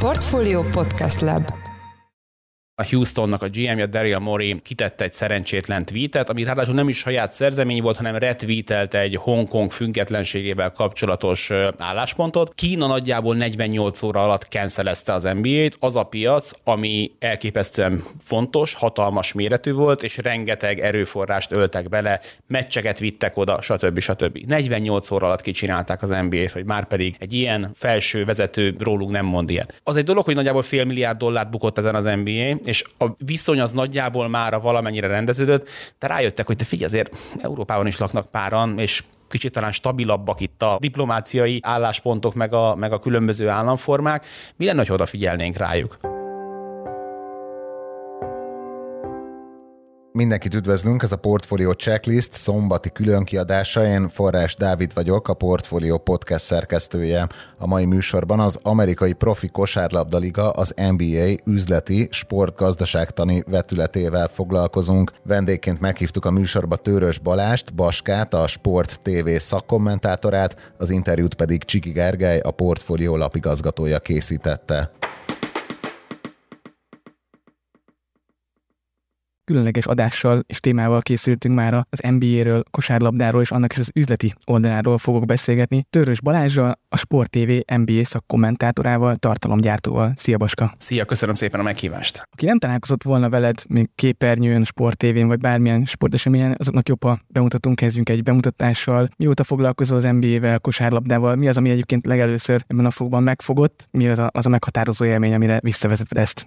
Portfolio Podcast Lab. A Houstonnak a GM-je Daryl Morey kitette egy szerencsétlen tweetet, ami ráadásul nem is saját szerzemény volt, hanem retweetelte egy Hongkong függetlenségével kapcsolatos álláspontot. Kína nagyjából 48 óra alatt cancelezte az NBA-t, az a piac, ami elképesztően fontos, hatalmas méretű volt, és rengeteg erőforrást öltek bele, meccseket vittek oda, stb. 48 óra alatt kicsinálták az NBA-t, hogy már pedig egy ilyen felső vezető róluk nem mond ilyet. Az egy dolog, hogy nagyjából $500 milliárd bukott ezen az NBA, és a viszony az nagyjából mára valamennyire rendeződött, de rájöttek, hogy te figyelj, azért Európában is laknak páran, és kicsit talán stabilabbak itt a diplomáciai álláspontok, meg a különböző államformák. Mi lenne, hogy odafigyelnénk rájuk? Mindenkit üdvözlünk, ez a Portfolio Checklist szombati különkiadása. Én Forrás Dávid vagyok, a Portfolio Podcast szerkesztője. A mai műsorban az amerikai profi kosárlabdaliga, az NBA üzleti, sportgazdaságtani vetületével foglalkozunk. Vendégként meghívtuk a műsorba Tőrös Balást, Baskát, a Sport TV szakkommentátorát, az interjút pedig Csiki Gergely, a Portfolio lapigazgatója készítette. Különleges adással és témával készültünk már az NBA-ről, kosárlabdáról és annak is az üzleti oldaláról fogok beszélgetni. Tőrös Balázsral, a Sport TV NBA szakkommentátorával, tartalomgyártóval. Szia Baska! Szia, köszönöm szépen a meghívást! Aki nem találkozott volna veled még képernyőn, Sport TV-n vagy bármilyen sporteseményen, azoknak jobb, ha bemutatunk, kezdjünk egy bemutatással. Mióta foglalkozol az NBA-vel, kosárlabdával? Mi az, ami egyébként legelőször ebben a fogban megfogott? Mi az a meghatározó élmény, amire visszavezeted ezt?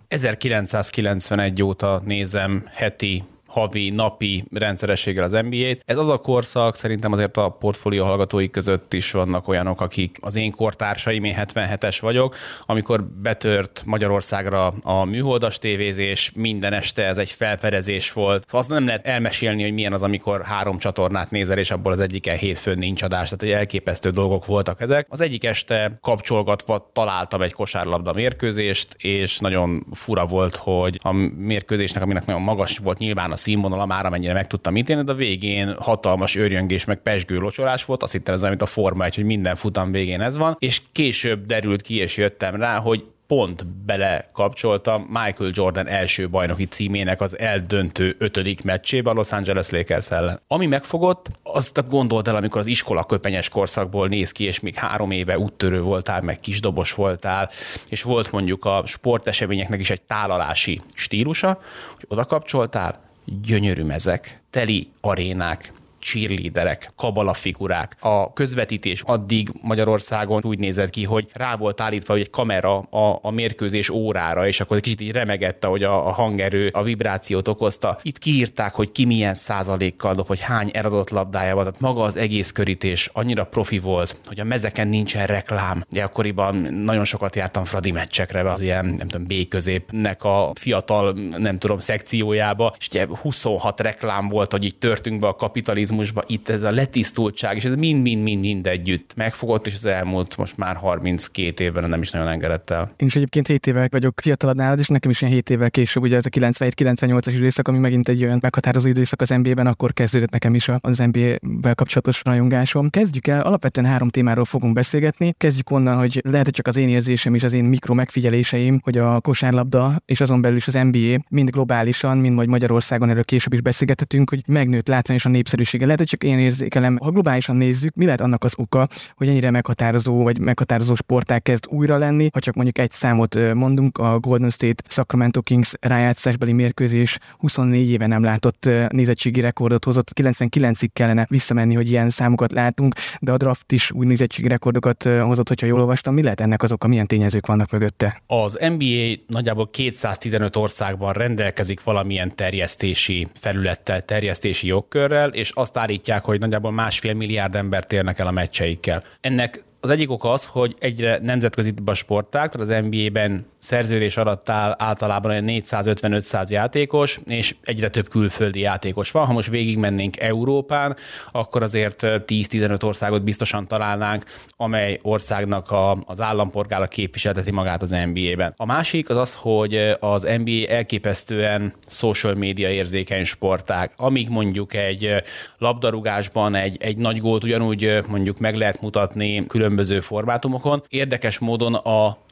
1991 óta nézem heti, havi, napi rendszerességgel az NBA-t. Ez az a korszak, szerintem azért a portfólió hallgatói között is vannak olyanok, akik az én kortársaim, én 77-es vagyok, amikor betört Magyarországra a műholdas tévézés, minden este ez egy felfedezés volt. Szóval azt nem lehet elmesélni, hogy milyen az, amikor 3 csatornát nézel, és abból az egyiken hétfőn nincs adás. Tehát egy elképesztő dolgok voltak ezek. Az egyik este kapcsolgatva találtam egy kosárlabda mérkőzést, és nagyon fura volt, hogy a mérkőzésnek, aminek nagyon magas volt nyilván a színvonala, már amennyire meg tudtam ítélni, de a végén hatalmas őrjöngés, meg pezsgő locsolás volt. Azt hittem, ez olyan, mint a Forma 1, hogy minden futam végén ez van, és később derült ki, és jöttem rá, hogy pont belekapcsoltam Michael Jordan első bajnoki címének az eldöntő 5. meccsébe a Los Angeles Lakers ellen. Ami megfogott, azt gondold el, amikor az iskola köpenyes korszakból néz ki, és még 3 éve úttörő voltál, meg kisdobos voltál, és volt mondjuk a sporteseményeknek is egy tálalási stílusa, hogy oda kapcsoltál, gyönyörű mezek, teli arénák, cheerleaderek, kabalafigurák. A közvetítés addig Magyarországon úgy nézett ki, hogy rá volt állítva egy kamera a mérkőzés órára, és akkor egy kicsit így remegett, hogy a hangerő a vibrációt okozta. Itt kiírták, hogy ki milyen százalékkal dob, hogy hány eladott labdája van. Tehát maga az egész körítés annyira profi volt, hogy a mezeken nincsen reklám. Ugye akkoriban nagyon sokat jártam Fradi meccsekre, az ilyen, nem tudom, B-középnek a fiatal, nem tudom, szekciójába, és ugye 26 reklám volt, hogy így törtünk be a kapitalizmusba. Itt ez a letisztultság, és ez mind együtt megfogott, és az elmúlt most már 32 évben nem is nagyon engedett el. Én is egyébként 7 évek vagyok fiatalabb nálad, és nekem is ilyen 7 évvel később, ugye ez a 97-98-as időszak, ami megint egy olyan meghatározó időszak az NBA-ben, akkor kezdődött nekem is az NBA-vel kapcsolatos rajongásom. Kezdjük el, alapvetően 3 témáról fogunk beszélgetni. Kezdjük onnan, hogy lehet, hogy csak az én érzésem és az én mikro megfigyeléseim, hogy a kosárlabda és azon belül is az NBA mind globálisan, mind majd Magyarországon, erről később is beszélgethetünk, hogy megnőtt látványosan a népszerűség. Lehet, hogy csak én érzékelem. Ha globálisan nézzük, mi lehet annak az oka, hogy ennyire meghatározó vagy meghatározó sportág kezd újra lenni? Ha csak mondjuk egy számot mondunk, a Golden State Sacramento Kings rájátszásbeli mérkőzés 24 éve nem látott nézettségi rekordot hozott. 99-ig kellene visszamenni, hogy ilyen számokat látunk, de a draft is új nézettségi rekordokat hozott, hogyha jól olvastam. Mi lehet ennek az oka? Milyen tényezők vannak mögötte? Az NBA nagyjából 215 országban rendelkezik valamilyen terjesztési felülettel, terjesztési jogkörrel, és azt állítják, hogy nagyjából 1,5 milliárd embert érnek el a meccseikkel. Ennek az egyik oka az, hogy egyre nemzetközibb a sportág, tehát az NBA-ben szerződés alatt áll általában olyan 450-500 játékos, és egyre több külföldi játékos van. Ha most végigmennénk Európán, akkor azért 10-15 országot biztosan találnánk, amely országnak az állampolgára képviselteti magát az NBA-ben. A másik az az, hogy az NBA elképesztően social media érzékeny sportág. Amíg mondjuk egy labdarúgásban egy nagy gólt ugyanúgy mondjuk meg lehet mutatni különböző formátumokon, érdekes módon a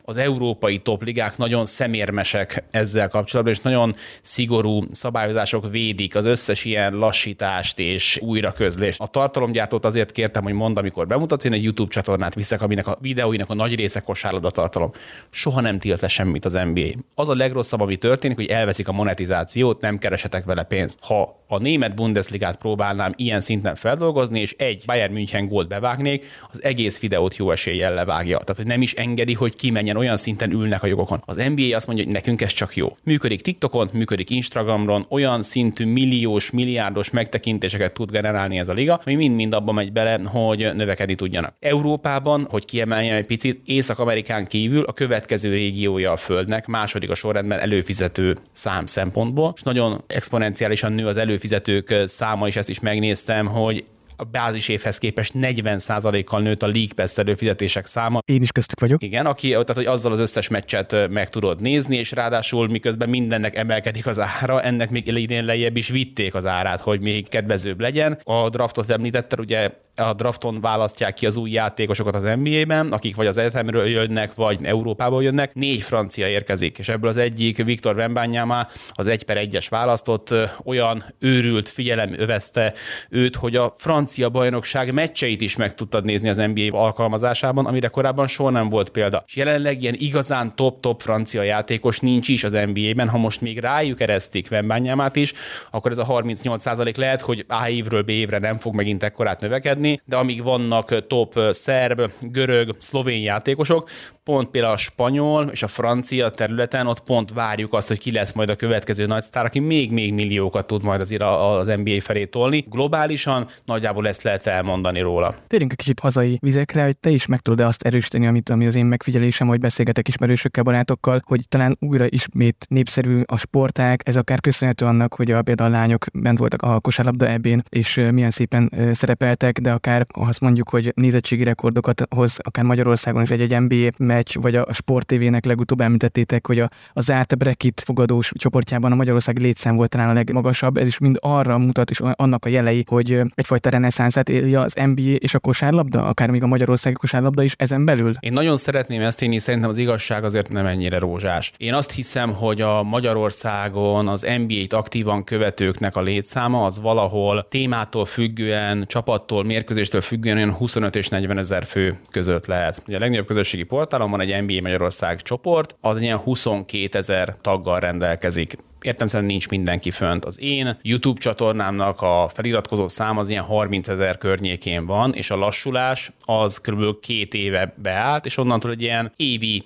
az európai topligák nagyon szemérmesek ezzel kapcsolatban, és nagyon szigorú szabályozások védik az összes ilyen lassítást és újraközlést. A tartalomgyártót azért kértem, hogy mondd, amikor bemutatsz, én egy YouTube csatornát viszek, aminek a videóinak a nagy része kosárlabda tartalom. Soha nem tilt le semmit az NBA. Az a legrosszabb, ami történik, hogy elveszik a monetizációt, nem keresetek vele pénzt. Ha a német Bundesligát próbálnám ilyen szinten feldolgozni, és egy Bayern München gólt bevágnék, az egész videót jó eséllyel levágja. Tehát, hogy nem is engedi, hogy kimenjen, olyan szinten ülnek a jogokon. Az NBA azt mondja, hogy nekünk ez csak jó. Működik TikTokon, működik Instagramon, olyan szintű milliós, milliárdos megtekintéseket tud generálni ez a liga, ami mind-mind abba megy bele, hogy növekedni tudjanak. Európában, hogy kiemeljem egy picit, Észak-Amerikán kívül a következő régiója a Földnek, második a sorrendben előfizető szám szempontból, és nagyon exponenciálisan nő az előfizetők száma, és ezt is megnéztem, hogy a bázis évhez képest 40%-kal nőtt a League Pass előfizetések száma. Én is köztük vagyok. Igen, tehát hogy azzal az összes meccset meg tudod nézni, és ráadásul miközben mindennek emelkedik az ára, ennek még idén lejjebb is vitték az árát, hogy még kedvezőbb legyen. A draftot említetted, ugye a drafton választják ki az új játékosokat az NBA-ben, akik vagy az egyetemről jönnek, vagy Európából jönnek. 4 francia érkezik, és ebből az egyik Victor Wembanyama, az 1/1-es választott, olyan őrült figyelem övezte őt, hogy a francia bajnokság meccseit is meg tudtad nézni az NBA alkalmazásában, amire korábban soha nem volt példa. És jelenleg ilyen igazán top francia játékos nincs is az NBA-ben, ha most még rájuk eresztik Wembanyamát is, akkor ez a 38% lehet, hogy A évről B évre nem fog megint ekkorát növekedni, de amíg vannak top szerb, görög, szlovén játékosok, pont például a spanyol és a francia területen ott pont várjuk azt, hogy ki lesz majd a következő nagy sztár, aki még milliókat tud majd azért az NBA felé tolni. Globálisan nagyjából ezt lehet elmondani róla. Térjünk egy kicsit hazai vizekre, hogy te is meg tudod azt erősíteni, ami az én megfigyelésem, hogy beszélgetek ismerősökkel, barátokkal, hogy talán újra ismét népszerű a sportág, ez akár köszönhető annak, hogy például a lányok bent voltak a kosárlabda EB-n, és milyen szépen szerepeltek, de akár azt mondjuk, hogy nézettségi rekordokat hoz, akár Magyarországon is egy NBA meccs, vagy a Sport TV-nek legutóbb említettétek, hogy a zárt Brekit fogadós csoportjában a magyarországi létszám volt talán a legmagasabb, ez is mind arra mutat, és annak a jelei, hogy egyfajta reneszánszát élje az NBA és a kosárlabda, akár még a magyarországi kosárlabda is ezen belül. Én nagyon szeretném ezt hinni, szerintem az igazság azért nem ennyire rózsás. Én azt hiszem, hogy a Magyarországon az NBA-t aktívan követőknek a létszáma az valahol témától függően, csapattól, mérkőzéstől függően olyan 25 és 40 ezer fő között lehet. Ugye a legnagyobb közösségi portálon van egy NBA Magyarország csoport, az ilyen 22 ezer taggal rendelkezik. Értelemszerűen nincs mindenki fönt. Az én YouTube csatornámnak a feliratkozó szám az ilyen 30 ezer környékén van, és a lassulás az kb. 2 éve beállt, és onnantól egy ilyen évi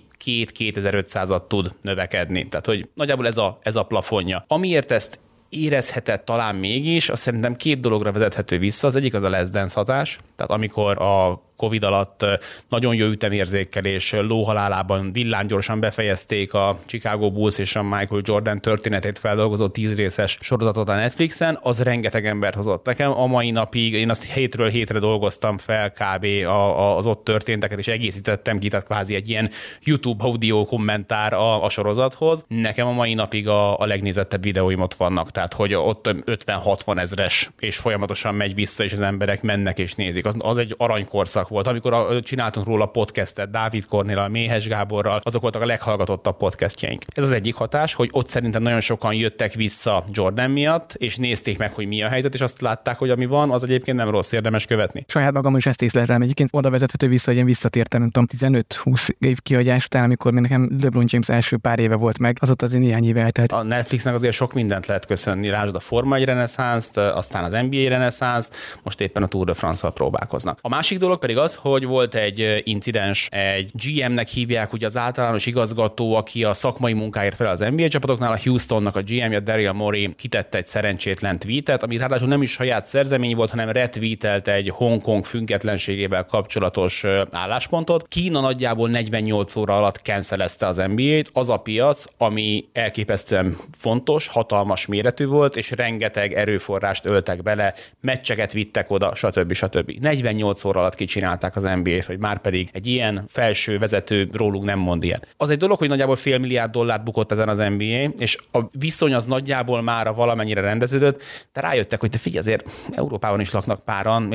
2500-at tud növekedni. Tehát, hogy nagyjából ez a plafonja. Amiért ezt érezhetett talán mégis, azt szerintem 2 dologra vezethető vissza. Az egyik az a Let's Dance hatás, tehát amikor a Covid alatt nagyon jó ütemérzékkel és lóhalálában villámgyorsan befejezték a Chicago Bulls és a Michael Jordan történetét feldolgozó 10 részes sorozatot a Netflixen, az rengeteg embert hozott nekem. A mai napig én azt hétről hétre dolgoztam fel kb. Az ott történteket, és egészítettem ki, tehát kvázi egy ilyen YouTube audio kommentár a sorozathoz. Nekem a mai napig a legnézettebb videóim ott vannak, tehát hogy ott 50-60 ezres, és folyamatosan megy vissza, és az emberek mennek és nézik. Az egy aranykorszak volt, amikor csináltunk róla podcastet, Dávid Kornéllal, Méhes Gáborral, azok voltak a leghallgatottabb podcastjaink. Ez az egyik hatás, hogy ott szerintem nagyon sokan jöttek vissza Jordan miatt, és nézték meg, hogy mi a helyzet, és azt látták, hogy ami van, az egyébként nem rossz, érdemes követni. Saját magam is ezt észleltem, egyébként oda vezethető vissza, hogy én visszatértem, nem tudom, 15-20 év kiadás után, amikor még nekem LeBron James első pár éve volt meg, azóta azért néhány éve eltelt. A Netflixnek azért sok mindent lehet köszönni, lásd a Forma 1 reneszánszt, aztán az NBA reneszánszt, most éppen a Tour de France-szal próbálkoznak. A másik dolog pedig az, hogy volt egy incidens, egy GM-nek hívják, ugye az általános igazgató, aki a szakmai munkáért felel az NBA csapatoknál, a Houstonnak a GM-je, Daryl Morey kitette egy szerencsétlen tweetet, ami ráadásul nem is saját szerzemény volt, hanem retweetelt egy Hongkong függetlenségével kapcsolatos álláspontot. Kína nagyjából 48 óra alatt cancelezte az NBA-t, az a piac, ami elképesztően fontos, hatalmas méretű volt, és rengeteg erőforrást öltek bele, meccseket vittek oda, stb. 48 óra alatt kicsinálták az NBA-t, hogy már pedig egy ilyen felső vezető róluk nem mond ilyet. Az egy dolog, hogy nagyjából $500 milliárd bukott ezen az NBA, és a viszony az nagyjából már valamennyire rendeződött, de rájöttek, hogy te figyelj, azért Európában is laknak páran, és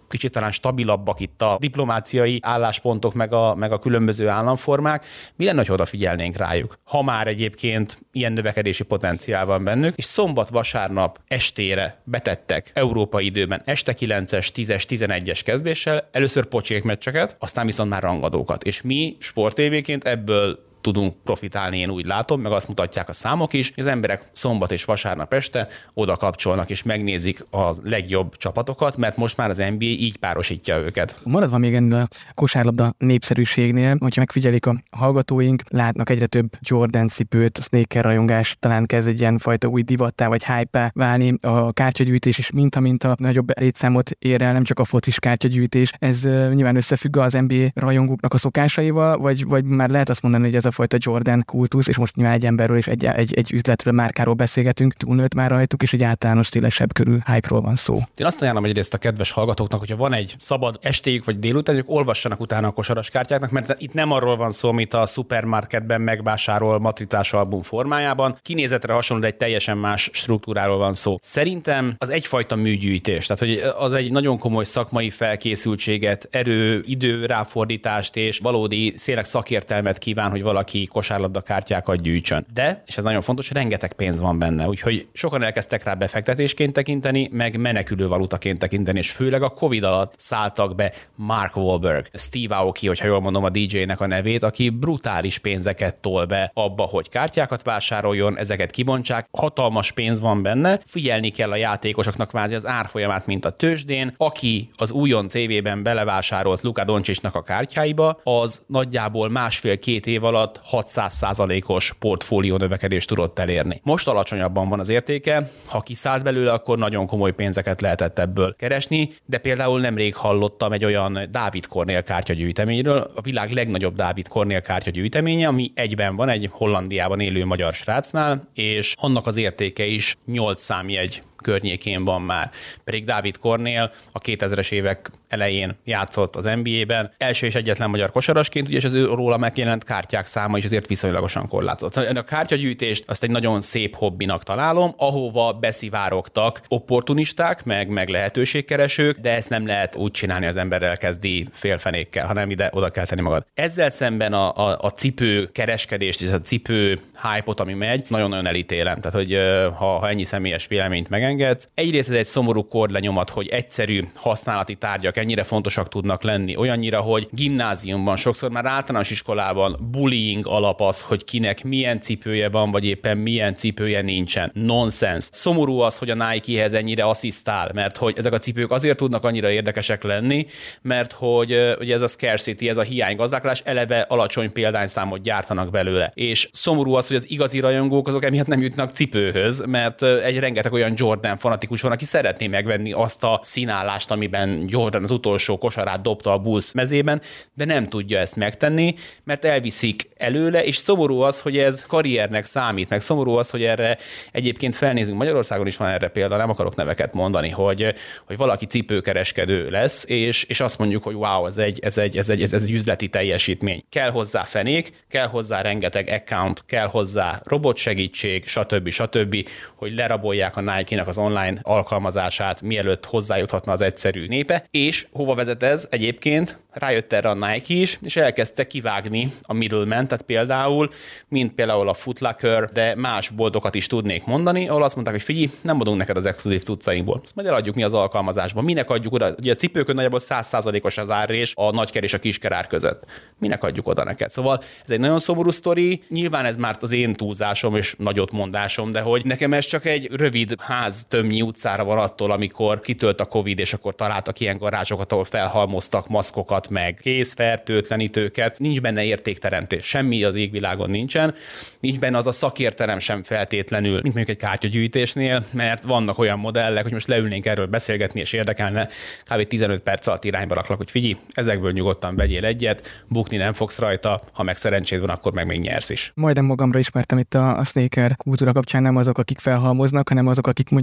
kicsit talán stabilabbak itt a diplomáciai álláspontok, meg a különböző államformák, mi lenne, hogy odafigyelnénk rájuk? Ha már egyébként ilyen növekedési potenciál van bennük, és szombat-vasárnap estére betettek európai időben este 9-es, 10-es, 11-es kezdéssel, először pocsék meccseket, aztán viszont már rangadókat. És mi sportévéként ebből tudunk profitálni, én úgy látom, meg azt mutatják a számok is, hogy az emberek szombat és vasárnap este oda kapcsolnak és megnézik a legjobb csapatokat, mert most már az NBA így párosítja őket. Maradva még ennél a kosárlabda népszerűségnél, hogyha megfigyelik a hallgatóink, látnak egyre több Jordan cipőt, a sneaker rajongás talán kezd egy ilyen fajta új divattá vagy hype-á válni, a kártyagyűjtés is minta nagyobb létszámot ér el, nem csak a focis kártyagyűjtés. Ez nyilván összefügg az NBA rajongóknak a szokásaival, vagy már lehet azt mondani, hogy ez a fajta Jordan kultusz, és most nyilván egy emberről és egy üzletről, márkáról beszélgetünk, túlnőtt már rajtuk, és egy általános szélesebb körül hype-ról van szó. Én azt ajánlom egyrészt a kedves hallgatóknak, hogyha van egy szabad estéjük vagy délután, ők olvassanak utána a kosaras kártyáknak, mert itt nem arról van szó, mint a szupermarketben megvásárol matricás album formájában. Kinézetre hasonló, de egy teljesen más struktúráról van szó. Szerintem az egyfajta műgyűjtés, tehát hogy az egy nagyon komoly szakmai felkészültséget, idő ráfordítást és valódi szélek szakértelmet kíván, hogy valaki kosárlabda kártyákat gyűjtsön. De, és ez nagyon fontos, rengeteg pénz van benne, úgyhogy sokan elkezdtek rá befektetésként tekinteni, meg menekülő valutaként tekinteni, és főleg a Covid alatt szálltak be Mark Wahlberg, Steve Aoki, hogyha jól mondom a DJ-nek a nevét, aki brutális pénzeket tol be abba, hogy kártyákat vásároljon, ezeket kibontsák, hatalmas pénz van benne, figyelni kell a játékosoknak kvázi az árfolyamát, mint a tőzsdén, aki az újon CV-ben belevásárolt Luka Doncicnak a kártyáiba, az nagyjából 1,5-2 év alatt 600%-os portfólió növekedést tudott elérni. Most alacsonyabban van az értéke, ha kiszállt belőle, akkor nagyon komoly pénzeket lehetett ebből keresni, de például nemrég hallottam egy olyan Dávid Kornél kártyagyűjteményről, a világ legnagyobb Dávid Kornél kártyagyűjteménye, ami egyben van egy Hollandiában élő magyar srácnál, és annak az értéke is 8 számjegy környékén van már. Pedig Dávid Kornél a 2000-es évek elején játszott az NBA-ben. Első és egyetlen magyar kosarasként, ugye, és az róla megjelent kártyák száma is azért viszonylagosan korlátozott. A kártyagyűjtést azt egy nagyon szép hobbinak találom, ahova beszivárogtak opportunisták, meg lehetőségkeresők, de ezt nem lehet úgy csinálni, az ember elkezdi félfenékkel, hanem oda kell tenni magad. Ezzel szemben a cipő kereskedést és a cipő hype-ot, ami megy, nagyon-nagyon elítélem. Tehát, hogy ha ennyi személyes véleményt megengedsz. Egyrészt ez egy szomorú kordlenyomat, hogy egyszerű használati tárgyak ennyire fontosak tudnak lenni. Olyannyira, hogy gimnáziumban, sokszor már általános iskolában bullying alap az, hogy kinek milyen cipője van, vagy éppen milyen cipője nincsen. Nonsense. Szomorú az, hogy a Nike-hez ennyire asszisztál, mert hogy ezek a cipők azért tudnak annyira érdekesek lenni, mert hogy ugye ez a scarcity, ez a hiánygazdálkodás, eleve alacsony példányszámot gyártanak belőle. És szomorú az, hogy az igazi rajongók azok emiatt nem jutnak cipőhöz, mert egy rengeteg olyan Jordan fanatikus van, aki szeretné megvenni azt a színállást, amiben Jordan az utolsó kosarát dobta a Bulls mezében, de nem tudja ezt megtenni, mert elviszik előle, és szomorú az, hogy ez karriernek számít, meg szomorú az, hogy erre egyébként felnézünk, Magyarországon is van erre példa, nem akarok neveket mondani, hogy valaki cipőkereskedő lesz, és azt mondjuk, hogy wow, ez egy üzleti teljesítmény. Kell hozzá fenék, kell hozzá rengeteg account, kell hozzá robotsegítség, stb., hogy lerabolják a Nike-nek az online alkalmazását, mielőtt hozzájuthatna az egyszerű népe, és hova vezet ez egyébként? Rájött erre a Nike is, és elkezdte kivágni a middleman, tehát például a Foot Locker, de más boltokat is tudnék mondani, ahol azt mondták, hogy figyelj, nem adunk neked az exkluzív cuccainkból. Ezt majd eladjuk mi az alkalmazásban. Minek adjuk oda? Ugye a cipőkön nagyjából 100%-os az árrés a nagyker és a kisker ár között. Minek adjuk oda neked? Szóval ez egy nagyon szomorú sztori. Nyilván ez már az én túlzásom és nagyot mondásom, de hogy nekem ez csak egy rövid ház tömnyi utcára van attól, amikor kitölt a Covid, és akkor találtak ilyen garázsokat, ahol felhalmoztak maszkokat, meg kézfertőtlenítőket. Nincs benne értékteremtés. Semmi az égvilágon nincsen. Nincs benne az a szakértelem sem feltétlenül, mint mondjuk egy kártyagyűjtésnél, mert vannak olyan modellek, hogy most leülnénk erről beszélgetni, és érdekelne, kb. 15 perc alatt irányba raklak, hogy figyelj, ezekből nyugodtan vegyél egyet, bukni nem fogsz rajta, ha meg szerencséd van, akkor meg még nyersz is. Majdnem magamra ismertem itt a sneaker kultúra kapcsán, nem azok, akik felhalmoznak, hanem azok, akik mondjuk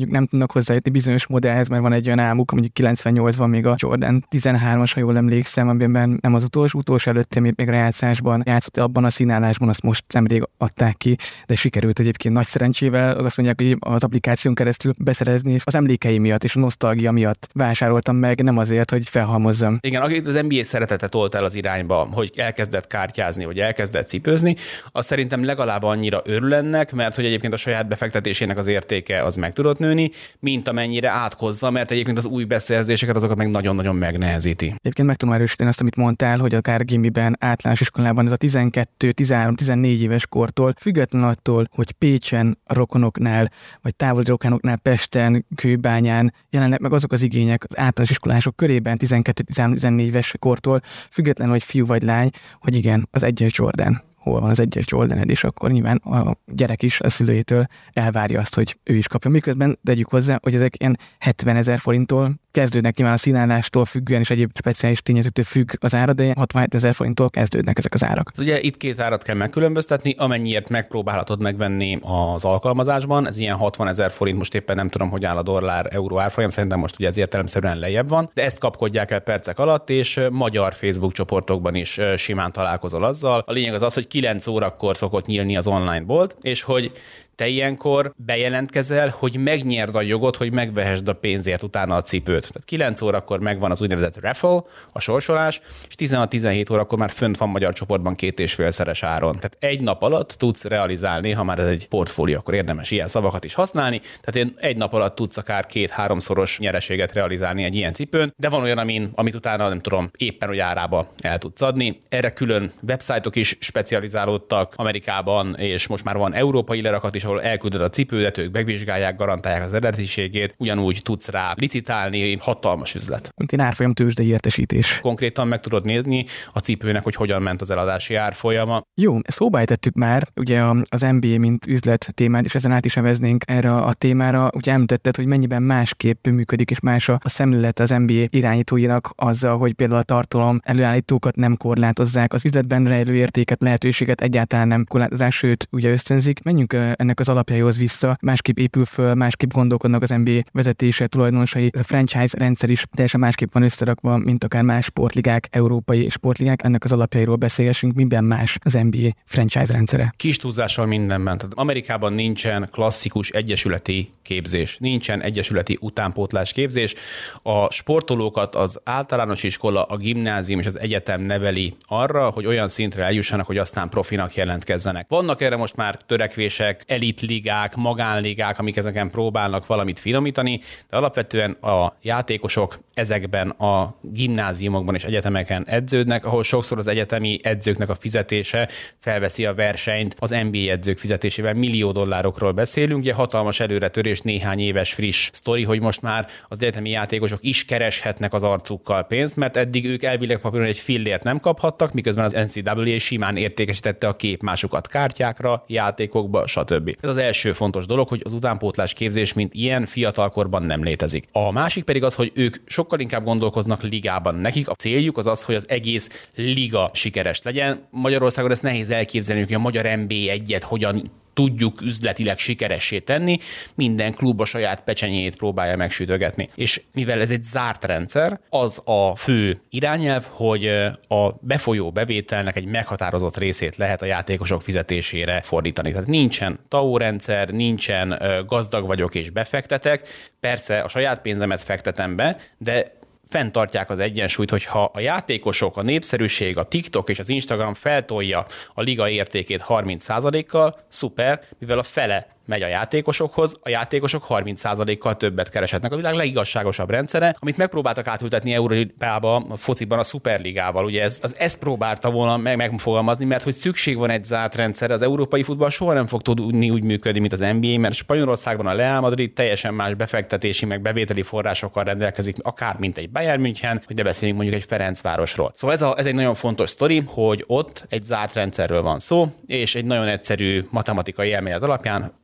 mondjuk nem tudnak hozzájutni bizonyos modellhez, mert van egy olyan álmuk, mondjuk 98-ban még a Jordan 13-as, ha jól emlékszem, amiben nem az utolsó előtte még rájátszásban játszott, abban a színállásban, azt most nemrég adták ki, de sikerült egyébként nagy szerencsével, azt mondják, hogy az applikáción keresztül beszerezni, és az emlékei miatt és a nosztalgia miatt vásároltam meg, nem azért, hogy felhalmozzam. Igen, akit az NBA szeretete tolt el az irányba, hogy elkezdett kártyázni, vagy elkezdett cipőzni, az szerintem legalább annyira örül ennek, mert hogy egyébként a saját befektetésének az értéke az meg tudott nőni, mint amennyire áthozza, mert egyébként az új beszerzéseket azokat meg nagyon-nagyon megnehezíti. Egyébként meg tudom erősíteni azt, amit mondtál, hogy akár gimiben, általános iskolában ez a 12, 13, 14 éves kortól, független attól, hogy Pécsen, a rokonoknál, vagy távoli rokonoknál, Pesten, Kőbányán jelenleg meg azok az igények az általános iskolások körében 12, 13, 14 éves kortól, független, hogy fiú vagy lány, hogy igen, az egyes Jordan. Hol van az egyes Jordaned, és akkor nyilván a gyerek is a szülőjétől elvárja azt, hogy ő is kapja. Miközben tegyük hozzá, hogy ezek ilyen 70 000 forinttól kezdődnek, nyilván a színállástól függően és egyéb speciális tényezőktől függ az ára, de 67 000 forinttól kezdődnek ezek az árak. Ugye itt két árat kell megkülönböztetni, amennyiért megpróbálhatod megvenni az alkalmazásban, ez ilyen 60 000 forint, most éppen nem tudom, hogy áll a dollár-euró árfolyam, szerintem most ugye ez értelemszerűen lejjebb van, de ezt kapkodják el percek alatt, és magyar Facebook csoportokban is simán találkozol azzal. A lényeg az, hogy 9 órakor szokott nyílni az online bolt, és hogy te ilyenkor bejelentkezel, hogy megnyerd a jogot, hogy megvehesd a pénzért utána a cipőt. Tehát 9 órakor megvan az úgynevezett raffle, a sorsolás, és 16-17 órakor már fönt van magyar csoportban 2,5-szeres áron. Tehát egy nap alatt tudsz realizálni, ha már ez egy portfólió, akkor érdemes ilyen szavakat is használni. Tehát egy nap alatt tudsz akár 2-3-szoros nyereséget realizálni egy ilyen cipőn, de van olyan, amit utána nem tudom, éppen hogy árába el tudsz adni. Erre külön websájtok is specializálódtak Amerikában, és most már van európai lerakat is, ahol elküldöd a cipődet, ők megvizsgálják, garantálják az eredetiségét, ugyanúgy tudsz rá licitálni, hatalmas üzlet. Mint egy árfolyam tőzsdei értesítés. Konkrétan meg tudod nézni a cipőnek, hogy hogyan ment az eladási árfolyama. Jó, szóba ejtettük már, ugye az NBA mint üzlet témát, és ezen át is eveznénk erre a témára. Ugye említetted, hogy mennyiben másképp működik, és más a szemlélet az NBA irányítóinak azzal, hogy például a tartalom előállítókat nem korlátozzák, az üzletben rejlő értéket, lehetőséget egyáltalán nem korlátozás, sőt, ugye ösztönzik. Menjünk ennek az alapjaihoz vissza, másképp épül föl, másképp gondolkodnak az NBA vezetése, tulajdonosai, ez a franchise rendszer is teljesen másképp van összerakva, mint akár más sportligák, európai sportligák. Ennek az alapjairól beszélgessünk, miben más az NBA franchise rendszere. Kis túlzással mindenben. Tehát Amerikában nincsen klasszikus egyesületi képzés, nincsen egyesületi utánpótlás képzés. A sportolókat az általános iskola, a gimnázium és az egyetem neveli arra, hogy olyan szintre eljussanak, hogy aztán profinak jelentkezzenek. Vannak erre most már törekvések, elitligák, magánligák, amik ezeken próbálnak valamit finomítani, de alapvetően a játékosok ezekben a gimnáziumokban és egyetemeken edződnek, ahol sokszor az egyetemi edzőknek a fizetése felveszi a versenyt az NBA edzők fizetésével. $1 millió beszélünk, ugye hatalmas előretörés, néhány éves friss sztori, hogy most már az egyetemi játékosok is kereshetnek az arcukkal pénzt, mert eddig ők elvileg papíron egy fillért nem kaphattak, miközben az NCAA simán értékesítette a képmásukat kártyákra, játékokba, stb. Ez az első fontos dolog, hogy az utánpótlás képzés, mint ilyen fiatalkorban nem létezik. A másik pedig az, hogy ők sokkal inkább gondolkoznak ligában. Nekik a céljuk az az, hogy az egész liga sikeres legyen. Magyarországon ezt nehéz elképzelni, hogy a magyar NB1-et hogyan tudjuk üzletileg sikeressé tenni, minden klub a saját pecsenyét próbálja megsütögetni. És mivel ez egy zárt rendszer, az a fő irányelv, hogy a befolyó bevételnek egy meghatározott részét lehet a játékosok fizetésére fordítani. Tehát nincsen TAO rendszer, nincsen gazdag vagyok és befektetek. Persze a saját pénzemet fektetem be, de fenntartják az egyensúlyt, hogyha a játékosok, a népszerűség, a TikTok és az Instagram feltolja a liga értékét 30%-kal, szuper, mivel a fele megy a játékosokhoz, a játékosok 30%-kal többet kereshetnek. A világ legigazságosabb rendszere, amit megpróbáltak átültetni Európába, a fociban a szuperligával. Ugye ezt próbálta volna megfogalmazni, mert hogy szükség van egy zárt rendszerre, az európai futball soha nem fog tudni úgy működni, mint az NBA, mert Spanyolországban a Real Madrid teljesen más befektetési, meg bevételi forrásokkal rendelkezik, akár mint egy Bayern München, hogy ne beszéljünk mondjuk egy Ferencvárosról. Szóval ez egy nagyon fontos sztori, hogy ott egy zárt rendszerről van szó, és egy nagyon egyszerű matematikai elmélet alapján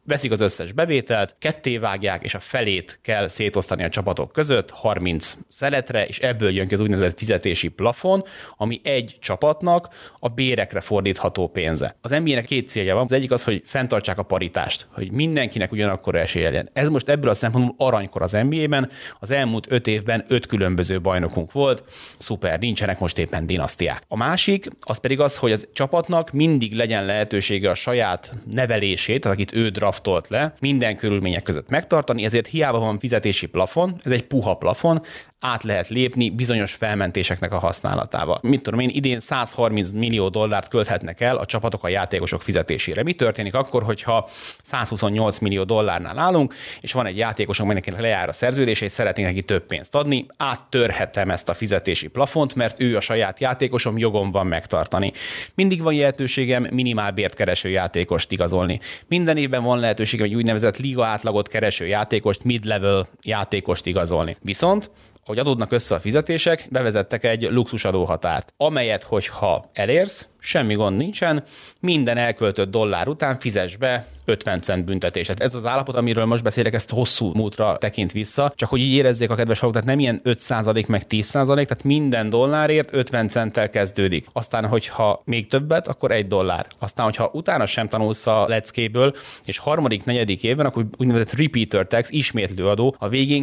veszik az összes bevételt, kettévágják, és a felét kell szétosztani a csapatok között 30 szeletre, és ebből jön ki az úgynevezett fizetési plafon, ami egy csapatnak a bérekre fordítható pénze. Az NBA-nek 2 célja van. Az egyik az, hogy fenntartsák a paritást, hogy mindenkinek ugyanakkor esélye legyen. Ez most ebből a szempontból aranykor az NBA-ben. Az elmúlt 5 évben 5 különböző bajnokunk volt. Szuper, nincsenek most éppen dinasztiák. A másik, az pedig az, hogy az csapatnak mindig legyen lehetősége a saját nevelését, az, akit ő draftolt le, minden körülmények között megtartani, ezért hiába van fizetési plafon, ez egy puha plafon, át lehet lépni bizonyos felmentéseknek a használatával. Mit tudom én, idén $130 millió költhetnek el a csapatok a játékosok fizetésére. Mi történik akkor, hogyha $128 millió állunk, és van egy játékosunk, mindenkinek lejár a szerződése, és szeretnénk neki több pénzt adni, áttörhetem ezt a fizetési plafont, mert ő a saját játékosom, jogom van megtartani. Mindig van lehetőségem minimálbért kereső játékost igazolni. Minden évben van lehetőségem egy úgynevezett liga átlagot kereső játékost, mid-level játékost igazolni. Viszont hogy adódnak össze a fizetések, bevezettek egy luxusadóhatárt, amelyet, hogyha elérsz, semmi gond nincsen, minden elköltött dollár után fizess be 50 cent büntetést. Ez az állapot, amiről most beszélek, ezt hosszú múltra tekint vissza, csak hogy így érezzék a kedves hallgatók, tehát nem ilyen 5% meg 10%, tehát minden dollárért 50 centtel kezdődik. Aztán, hogyha még többet, akkor $1. Aztán, hogyha utána sem tanulsz a leckéből, és harmadik, negyedik évben, akkor úgynevezett repeater tax, ismétlő adó, a végén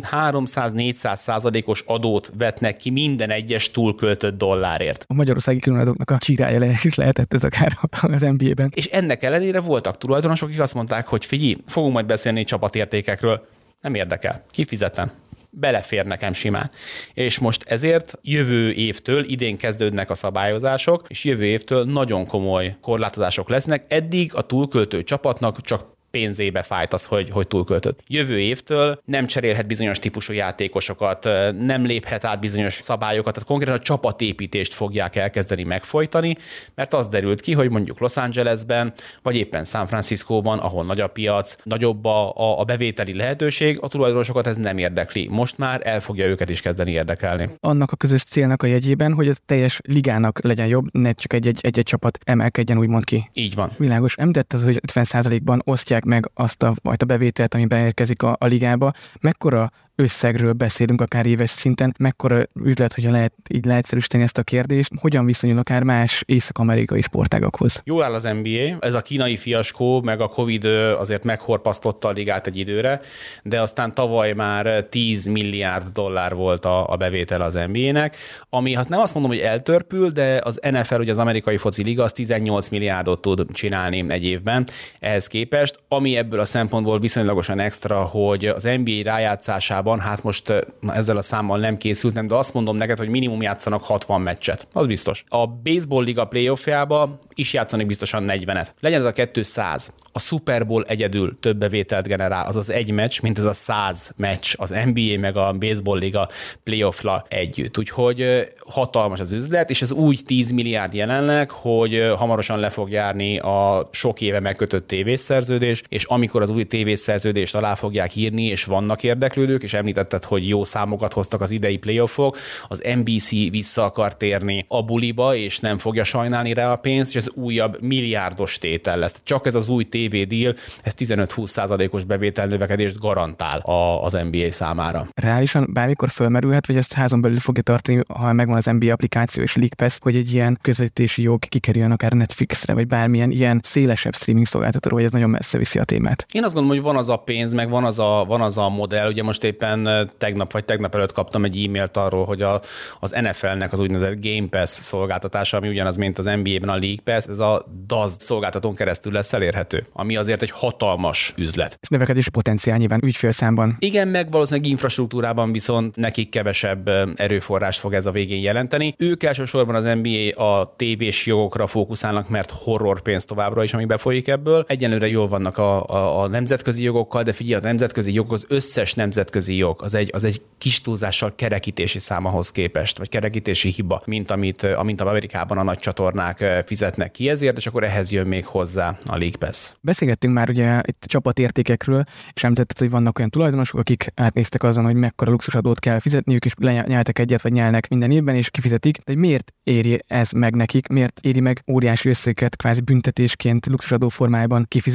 300-400%-os adót vetnek ki minden egyes túlköltött dollárért. A magyarországi különadóknak a csírája lehetett ez akár az NBA-ben. És ennek ellenére voltak tulajdonosok, akik azt mondták, hogy figyelj, fogunk majd beszélni csapatértékekről. Nem érdekel. Kifizetem. Belefér nekem simán. És most ezért jövő évtől idén kezdődnek a szabályozások, és jövő évtől nagyon komoly korlátozások lesznek. Eddig a túlköltő csapatnak csak pénzébe fájt az, hogy túlköltött. Jövő évtől nem cserélhet bizonyos típusú játékosokat, nem léphet át bizonyos szabályokat, tehát konkrétan a csapatépítést fogják elkezdeni megfojtani, mert az derült ki, hogy mondjuk Los Angelesben, vagy éppen San Franciscóban, ahol nagy a piac, nagyobb a bevételi lehetőség, a tulajdonosokat ez nem érdekli. Most már el fogja őket is kezdeni érdekelni. Annak a közös célnak a jegyében, hogy a teljes ligának legyen jobb, ne csak egy csapat emelkedjen, úgymond ki. Így van. Világos. Említett az, hogy 50%-ban osztják meg azt a fajta bevételt, ami beérkezik a ligába. Mekkora összegről beszélünk akár éves szinten, mekkora üzlet, hogyha lehet így leegyszerűsíteni ezt a kérdést, hogyan viszonyul akár más észak-amerikai sportágakhoz? Jól áll az NBA, ez a kínai fiaskó, meg a Covid azért meghorpasztotta a ligát egy időre, de aztán tavaly már $10 milliárd volt a bevétel az NBA-nek, ami hát nem azt mondom, hogy eltörpül, de az NFL, ugye az amerikai foci liga, az 18 milliárdot tud csinálni egy évben ehhez képest, ami ebből a szempontból viszonylagosan extra, hogy az NBA rájátszásában, hát most ezzel a számmal nem készültem, de azt mondom neked, hogy minimum játszanak 60 meccset. Az biztos. A baseball liga playoffjába is játszanak biztosan 40-et. Legyen ez a 200. A Super Bowl egyedül több bevételt generál, azaz egy meccs, mint ez a 100 meccs az NBA meg a baseball liga playoffla együtt. Úgyhogy hatalmas az üzlet, és ez úgy 10 milliárd jelenleg, hogy hamarosan le fog járni a sok éve megkötött tévészerződés, és amikor az új tévészerződést alá fogják írni, és vannak érdeklődők, és említetted, hogy jó számokat hoztak az idei playoffok, az NBC vissza akar térni a buliba, és nem fogja sajnálni rá a pénzt, és ez újabb milliárdos tétel lesz. Csak ez az új TV deal, ez 15-20%-os bevételnövekedést garantál az NBA számára. Reálisan bármikor fölmerülhet, vagy ezt házon belül fogja tartani, ha megvan az NBA applikáció és League Pass, hogy egy ilyen közvetítési jog kikerüljön akár Netflixre, vagy bármilyen ilyen szélesebb streaming szolgáltatóra, hogy ez nagyon messze viszi a témát. Én azt gondolom, hogy van az a pénz, meg van az a modell. Ugye most éppen tegnap előtt kaptam egy e-mailt arról, hogy az NFL-nek az úgynevezett Game Pass szolgáltatása, ami ugyanaz, mint az NBA-ben a League Pass, ez a DAZ szolgáltatón keresztül lesz elérhető, ami azért egy hatalmas üzlet. És növekedési potenciál nyilván ügyfélszámban. Igen, meg valószínűleg infrastruktúrában viszont nekik kevesebb erőforrást fog ez a végén jelenteni. Ők elsősorban az NBA a tévés jogokra fókuszálnak, mert horror pénz továbbra is, ami befolyik ebből. Egyenlőre jól vannak a nemzetközi jogokkal, de figyelj, a nemzetközi jog, az összes nemzetközi jog, az egy kis túlzással kerekítési számahoz képest, vagy kerekítési hiba, mint amit Amerikában a nagy csatornák fizetnek ki ezért, és akkor ehhez jön még hozzá a League Pass. Beszélgettünk már ugye itt csapatértékekről, és említetted, hogy vannak olyan tulajdonosok, akik átnéztek azon, hogy mekkora luxusadót kell fizetniük, és lenyeltek egyet, vagy nyelnek minden évben, és kifizetik. De miért éri ez meg nekik? Miért éri meg óriási összegeket kvázi büntetésként luxusadó formájában kifizetni? Hol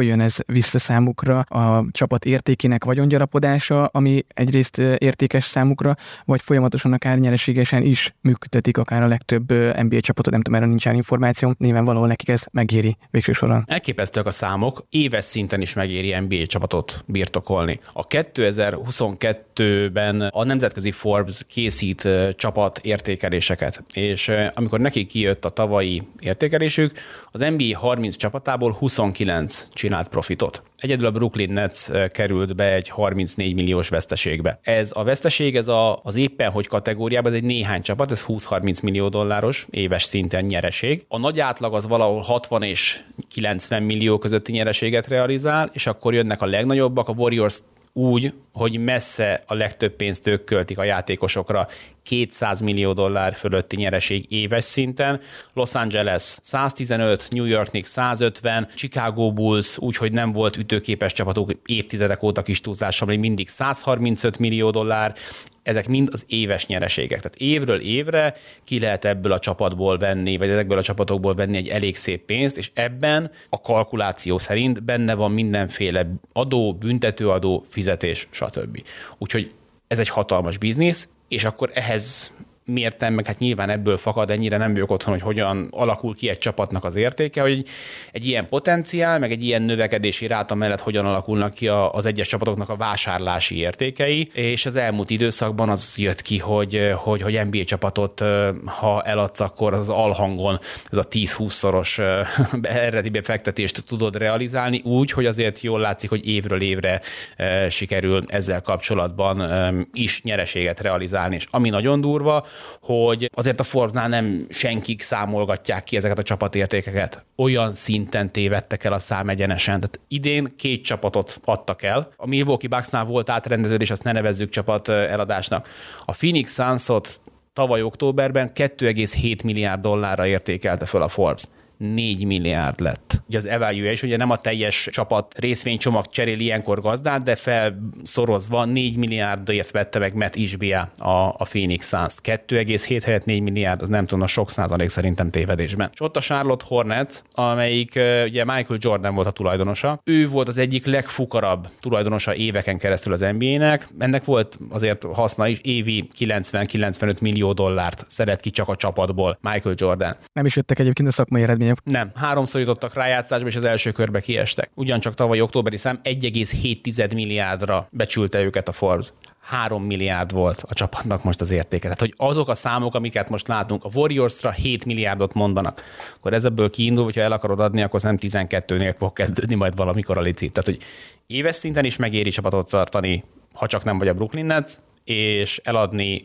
jön ez vissza számukra, a csapat értékének vagyongyarapodása, ami egyrészt értékes számukra, vagy folyamatosan akár nyereségesen is működtetik akár a legtöbb NBA csapatot, nem tudom, erről nincsen információ, nyilván valahol nekik ez megéri végső soron. Elképesztőek a számok, éves szinten is megéri NBA csapatot birtokolni. A 2022-ben a nemzetközi Forbes készít csapat értékeléseket, és amikor neki kijött a tavalyi értékelésük, az NBA 30 csapatából 29 csinált profitot. Egyedül a Brooklyn Nets került be egy 34 milliós veszteségbe. Ez a veszteség, ez az éppen hogy kategóriában, ez egy néhány csapat, ez 20-30 millió dolláros éves szinten nyereség. A nagy átlag az valahol 60 és 90 millió közötti nyereséget realizál, és akkor jönnek a legnagyobbak, a Warriors úgy, hogy messze a legtöbb pénzt ők költik a játékosokra, 200 millió dollár fölötti nyereség éves szinten, Los Angeles 115, New York Knicks 150, Chicago Bulls úgyhogy nem volt ütőképes csapatuk évtizedek óta kis túlzással, még mindig 135 millió dollár, ezek mind az éves nyereségek. Tehát évről évre ki lehet ebből a csapatból venni, vagy ezekből a csapatokból venni egy elég szép pénzt, és ebben a kalkuláció szerint benne van mindenféle adó, büntetőadó, fizetés, stb. Úgyhogy ez egy hatalmas biznisz, és akkor ehhez mértem, meg hát nyilván ebből fakad, ennyire nem vagyok otthon, hogy hogyan alakul ki egy csapatnak az értéke, hogy egy ilyen potenciál, meg egy ilyen növekedési ráta mellett hogyan alakulnak ki az egyes csapatoknak a vásárlási értékei, és az elmúlt időszakban az jött ki, hogy NBA csapatot, ha eladsz, akkor az alhangon ez a 10-20-szoros eredeti befektetést tudod realizálni úgy, hogy azért jól látszik, hogy évről évre sikerül ezzel kapcsolatban is nyereséget realizálni, és ami nagyon durva, hogy azért a Forbesnál nem senkik számolgatják ki ezeket a csapatértékeket. Olyan szinten tévedtek el a szám egyenesen. Tehát idén 2 csapatot adtak el. A Milwaukee Bucksnál volt átrendeződés, azt ne nevezzük csapat eladásnak. A Phoenix Sunsot tavaly októberben 2,7 milliárd dollárra értékelte föl a Forbes. 4 milliárd lett. Ugye az evaluation, ugye nem a teljes csapat részvénycsomag cserél ilyenkor gazdát, de felszorozva 4 milliárdért vette meg Matt Ishbia a Phoenix Suns-t. 2,7 helyett 4 milliárd, az nem tudom, a sok százalék szerintem tévedésben. És ott a Charlotte Hornets, amelyik ugye Michael Jordan volt a tulajdonosa. Ő volt az egyik legfukarabb tulajdonosa éveken keresztül az NBA-nek. Ennek volt azért haszna is, évi 90-95 millió dollárt szedett ki csak a csapatból Michael Jordan. Nem is jöttek egyébként a szakmai eredmények. Nem, 3-szor jutottak rájátszásba, és az első körbe kiestek. Ugyancsak tavaly októberi szám 1,7 milliárdra becsülte őket a Forbes. 3 milliárd volt a csapatnak most az értéke. Tehát, hogy azok a számok, amiket most látunk, a Warriorsra 7 milliárdot mondanak, akkor ebből kiindul, hogyha el akarod adni, akkor nem 12-nél fog kezdődni majd valamikor a licit. Tehát, hogy éves szinten is megéri csapatot tartani, ha csak nem vagy a Brooklyn Nets, és eladni,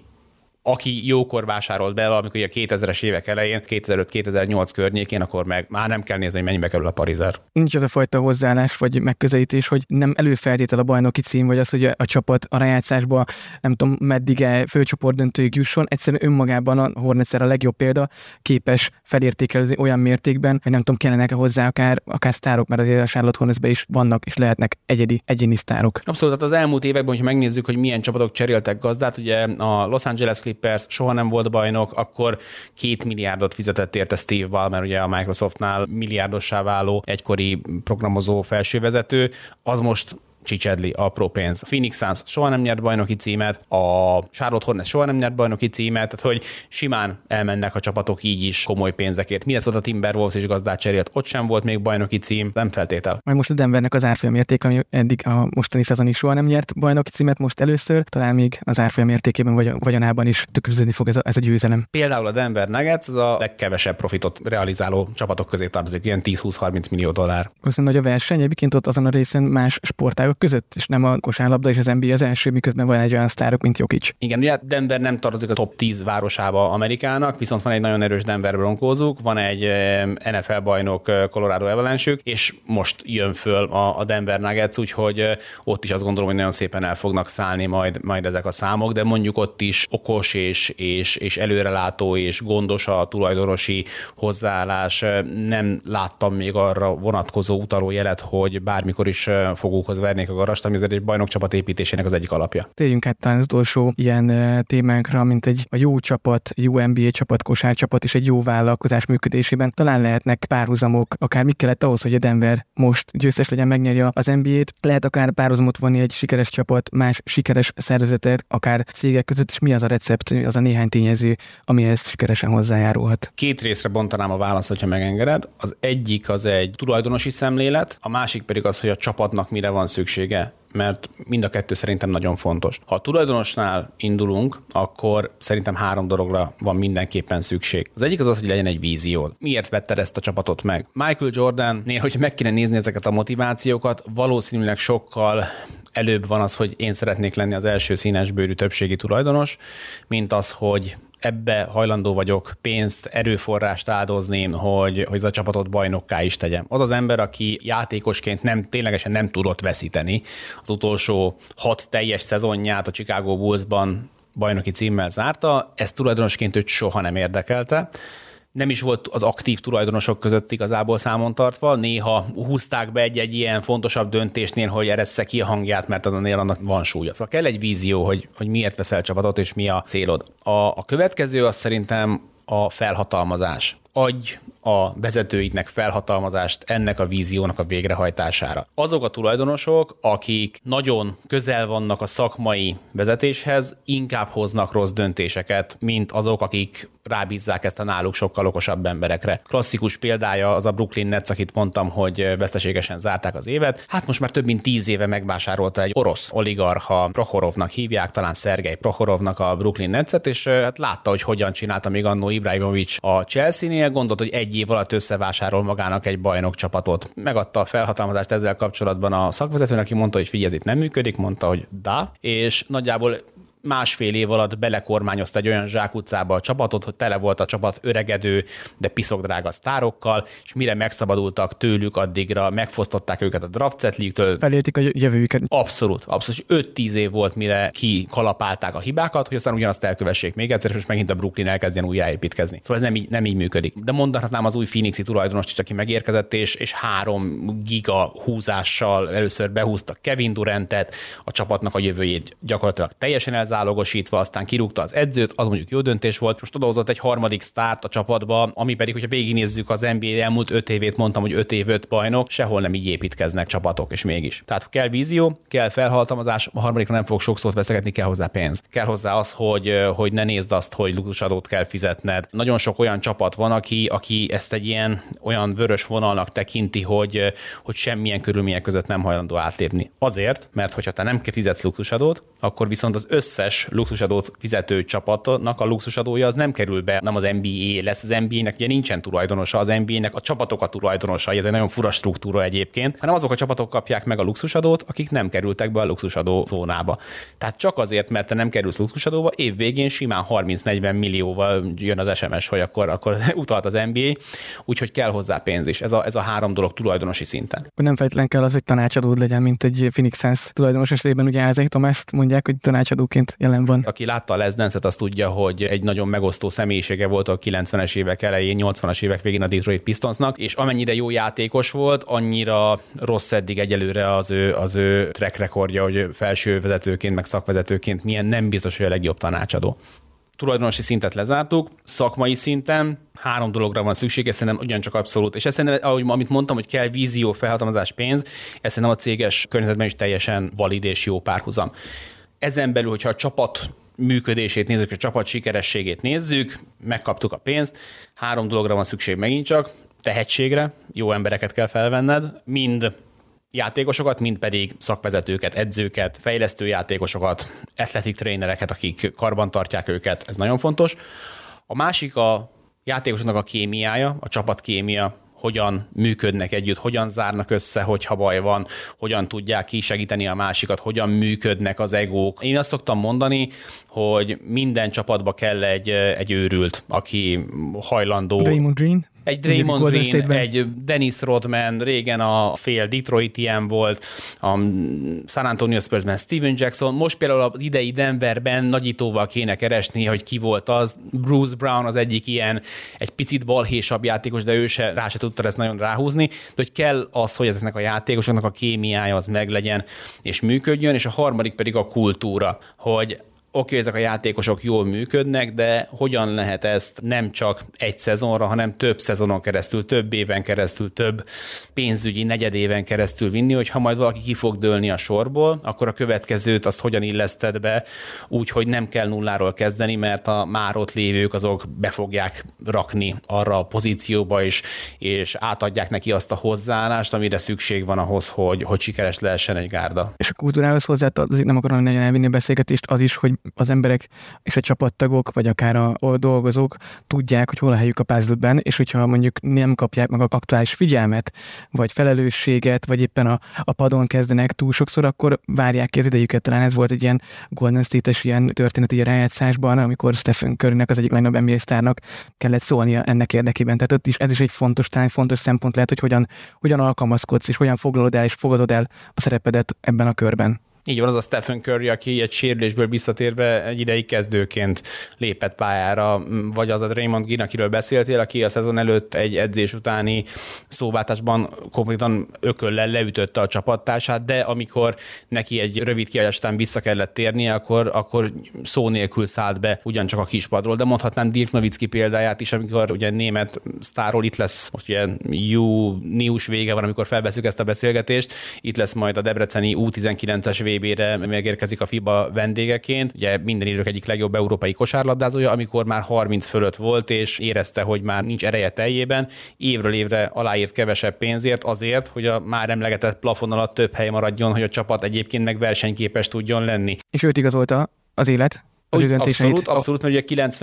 aki jókor vásárolt be, amikor a 2000-es évek elején, 2005-2008 környékén, akkor meg már nem kell nézni, hogy mennyibe kerül a parizer. Nincs az a fajta hozzáállás vagy megközelítés, hogy nem előfeltétel a bajnoki cím, vagy az, hogy a csapat a rájátszásba nem tudom meddig főcsoport döntőig jusson. Egyszerűen önmagában a Hornets a legjobb példa, képes felértékelni olyan mértékben, hogy nem tudom, kellenek hozzá akár sztárok, mert azért a Charlotte Hornetsben is vannak és lehetnek egyéni sztárok. Abszolút, tehát az elmúlt években, hogyha megnézzük, hogy milyen csapatok cseréltek gazdát, ugye a Los Angeles Clippers soha nem volt bajnok, akkor 2 milliárdot fizetett érte Steve Ballmer, ugye a Microsoftnál milliárdossá váló egykori programozó felsővezető, az most csicsedli, apró pénz. A Phoenix Suns soha nem nyert bajnoki címet, a Charlotte Hornets soha nem nyert bajnoki címet, tehát hogy simán elmennek a csapatok így is komoly pénzekért. Minnesota Timberwolves is gazdát cserélt, ott sem volt még bajnoki cím, nem feltétel. Majd most a Denvernek az árfolyam érték, ami eddig a mostani szezon is soha nem nyert bajnoki címet, most először, talán még az árfolyam értékében vagy vagyonában is tükröződni fog ez a győzelem. Például a Denver Nuggets az a legkevesebb profitot realizáló csapatok közé tartozik, ilyen 10-20-30 millió dollár. Köszönöm, nagy a verseny, egyébként ott azon a részen más sportágok között, és nem a kosárlabda és az NBA az első, miközben van egy olyan sztárok, mint Jokic. Igen, ugye Denver nem tartozik a top 10 városába Amerikának, viszont van egy nagyon erős Denver Broncosuk, van egy NFL bajnok Colorado Avalanche-ük, és most jön föl a Denver Nuggets, úgyhogy ott is azt gondolom, hogy nagyon szépen el fognak szállni majd ezek a számok, de mondjuk ott is okos és előrelátó és gondos a tulajdonosi hozzáállás. Nem láttam még arra vonatkozó utaló jelet, hogy bármikor is fogókhoz vernék építenék a garast, ami egy bajnokcsapat építésének az egyik alapja. Térjünk át talán az utolsó ilyen témánkra, mint a jó csapat, jó NBA csapat, kosárcsapat és egy jó vállalkozás működésében. Talán lehetnek párhuzamok, akár mi kellett ahhoz, hogy a Denver most győztes legyen, megnyerje az NBA-t. Lehet akár párhuzamot vonni egy sikeres csapat, más sikeres szervezetet, akár cégek között, és mi az a recept, az a néhány tényező, amihez sikeresen hozzájárulhat. Két részre bontanám a választ, hogyha megengeded. Az egyik az egy tulajdonosi szemlélet, a másik pedig az, hogy a csapatnak mire van szüksége, mert mind a kettő szerintem nagyon fontos. Ha a tulajdonosnál indulunk, akkor szerintem 3 dologra van mindenképpen szükség. Az egyik az, hogy legyen egy víziód. Miért vetted ezt a csapatot meg? Michael Jordannél, hogyha meg kéne nézni ezeket a motivációkat, valószínűleg sokkal előbb van az, hogy én szeretnék lenni az első színesbőrű többségi tulajdonos, mint az, hogy ebbe hajlandó vagyok pénzt, erőforrást áldozni, hogy ez a csapatot bajnokká is tegyem. Az az ember, aki játékosként ténylegesen nem tudott veszíteni. Az utolsó 6 teljes szezonját a Chicago Bullsban bajnoki címmel zárta, ez tulajdonosként őt soha nem érdekelte. Nem is volt az aktív tulajdonosok között igazából számon tartva, néha húzták be egy ilyen fontosabb döntésnél, hogy eressze ki a hangját, mert azonnél annak van súlya. Szóval kell egy vízió, hogy miért veszel csapatot, és mi a célod. A következő az szerintem a felhatalmazás. Adj a vezetőidnek felhatalmazást ennek a víziónak a végrehajtására. Azok a tulajdonosok, akik nagyon közel vannak a szakmai vezetéshez, inkább hoznak rossz döntéseket, mint azok, akik rábízzák ezt a náluk sokkal okosabb emberekre. Klasszikus példája az a Brooklyn Nets, akit mondtam, hogy veszteségesen zárták az évet. Hát most már több mint 10 éve megvásárolta egy orosz oligarcha, Prohorovnak hívják, talán Szergej Prohorovnak a Brooklyn Netset, és hát látta, hogy hogyan csinálta még annó Ibrahimovic a Chelsea-nél, gondolt, hogy egy év alatt összevásárol magának egy bajnok csapatot. Megadta a felhatalmazást ezzel kapcsolatban a szakvezetőnek, aki mondta, hogy figyelj, ez itt nem működik, mondta, hogy da, és nagyjából másfél év alatt belekormányozta egy olyan zsákutcába a csapatot, hogy tele volt a csapat öregedő, de piszokdrága sztárokkal, és mire megszabadultak tőlük, addigra megfosztották őket a draft setliktől. Feléltik a jövőjüket. Abszolút. 5-10 év volt, mire kikalapálták a hibákat, hogy aztán ugyanazt elkövessék még egyszer, és most megint a Brooklyn elkezdjen újjáépítkezni. Szóval ez nem így működik. De mondhatnám az új Phoenixi tulajdonost is, aki megérkezett, és 3 giga húzással először behúztak Kevin Durantet, a csapatnak a jövőjét gyakorlatilag teljesen zálogosítva, aztán kirúgta az edzőt, az mondjuk jó döntés volt. Most odahozott egy harmadik sztárt a csapatba, ami pedig, hogyha végignézzük az NBA elmúlt 5 évét, mondtam, hogy 5 év 5 bajnok, sehol nem így építkeznek csapatok, és mégis. Tehát kell vízió, kell felhatalmazás, a harmadikra nem fog sok szót veszegetni, kell hozzá pénz. Kell hozzá az, hogy ne nézd azt, hogy luxusadót kell fizetned. Nagyon sok olyan csapat van, aki ezt egy olyan vörös vonalnak tekinti, hogy semmilyen körülmények között nem hajlandó átlépni. Azért, mert hogyha te nem fizetsz luxusadót, akkor viszont az összes luxusadót fizető csapatnak a luxusadója az nem kerül be, nem az NBA lesz. Az NBA-nek ugye nincsen tulajdonosa, az NBA-nek a csapatok a tulajdonosa, ez egy nagyon fura struktúra egyébként, hanem azok a csapatok kapják meg a luxusadót, akik nem kerültek be a luxusadó zónába. Tehát csak azért, mert te nem kerülsz luxusadóba, év végén simán 30-40 millióval jön az SMS, hogy akkor utalt az NBA, úgyhogy kell hozzá pénz is. Ez a 3 dolog tulajdonosi szinten. Nem feltétlenül kell az, hogy tanácsadód legyen, mint egy Phoenix Suns tulajdonos esetében, ugye Isaiah Thomas-t mondják, hogy tanácsadóként jelen van. Aki látta a Les Dance-et, azt tudja, hogy egy nagyon megosztó személyisége volt a 90-es évek elején, 80-as évek végén a Detroit Pistonsnak, és amennyire jó játékos volt, annyira rossz eddig egyelőre az ő track rekordja, hogy felső vezetőként, meg szakvezetőként milyen nem biztos, hogy a legjobb tanácsadó. Tulajdonosi szintet lezártuk, szakmai szinten 3 dologra van szükség, ez szerintem ugyancsak abszolút. És ez szerintem, amit mondtam, hogy kell vízió, felhatalmazás, pénz, ez szerintem a céges környezetben is teljesen valid és jó párhuzam. Ezen belül, hogyha a csapat működését nézzük, a csapat sikerességét nézzük, megkaptuk a pénzt, 3 dologra van szükség megint csak, tehetségre, jó embereket kell felvenned, mind játékosokat, mind pedig szakvezetőket, edzőket, fejlesztő játékosokat, athletic trénereket, akik karban tartják őket, ez nagyon fontos. A másik a játékosoknak a kémiája, a csapatkémia, hogyan működnek együtt, hogyan zárnak össze, hogyha baj van, hogyan tudják kisegíteni a másikat, hogyan működnek az egók. Én azt szoktam mondani, hogy minden csapatba kell egy őrült, aki hajlandó. Draymond Green. Egy Draymond Green, egy Dennis Rodman, régen a fél Detroitien volt, a San Antonio Spursben Steven Jackson, most például az idei Denverben nagyítóval kéne keresni, hogy ki volt az. Bruce Brown az egyik ilyen, egy picit balhésabb játékos, de ő rá se tudta ezt nagyon ráhúzni, de hogy kell az, hogy ezeknek a játékosoknak a kémiája az meglegyen és működjön, és a harmadik pedig a kultúra, hogy oké, ezek a játékosok jól működnek, de hogyan lehet ezt nem csak egy szezonra, hanem több szezonon keresztül, több éven keresztül, több pénzügyi negyedéven keresztül vinni, hogy ha majd valaki ki fog dőlni a sorból, akkor a következőt azt hogyan illeszted be, úgy, hogy nem kell nulláról kezdeni, mert a már ott lévők azok be fogják rakni arra a pozícióba is, és átadják neki azt a hozzáállást, amire szükség van ahhoz, hogy sikeres lehessen egy gárda. És a kultúrához hozzátartozik, nem akarom nagyon elvinni a beszélgetést, az is, hogy az emberek és a csapattagok, vagy akár a dolgozók tudják, hogy hol a helyük a puzzle-ben, és hogyha mondjuk nem kapják meg a aktuális figyelmet, vagy felelősséget, vagy éppen a padon kezdenek túl sokszor, akkor várják ki az idejüket. Talán ez volt egy ilyen Golden State-es ilyen történet így a rájátszásban, amikor Stephen Currynek, az egyik legnagyobb NBA sztárnak kellett szólnia ennek érdekében. Tehát ott is ez is egy fontos szempont lehet, hogy hogyan alkalmazkodsz, és hogyan foglalod el és fogadod el a szerepedet ebben a körben. Így van, az a Stephen Curry, aki egy sérülésből visszatérve egy ideig kezdőként lépett pályára, vagy az a Draymond Green, akiről beszéltél, aki a szezon előtt egy edzés utáni szóváltásban konkrétan ököllel leütötte a csapattársát, de amikor neki egy rövid kiadás után vissza kellett térnie, akkor szó nélkül szállt be ugyancsak a kispadról, de mondhatnám Dirk Nowitzki példáját is, amikor ugye német sztárról itt lesz, most ugye június vége van, amikor felveszünk ezt a beszélgetést, itt lesz majd a debreceni U19-es VB-re megérkezik a FIBA vendégeként. Ugye minden idők egyik legjobb európai kosárlabdázója, amikor már 30 fölött volt, és érezte, hogy már nincs ereje teljében, évről évre aláírt kevesebb pénzért azért, hogy a már emlegetett plafon alatt több hely maradjon, hogy a csapat egyébként meg versenyképes tudjon lenni. És őt igazolta az élet? Abszolút, mert ugye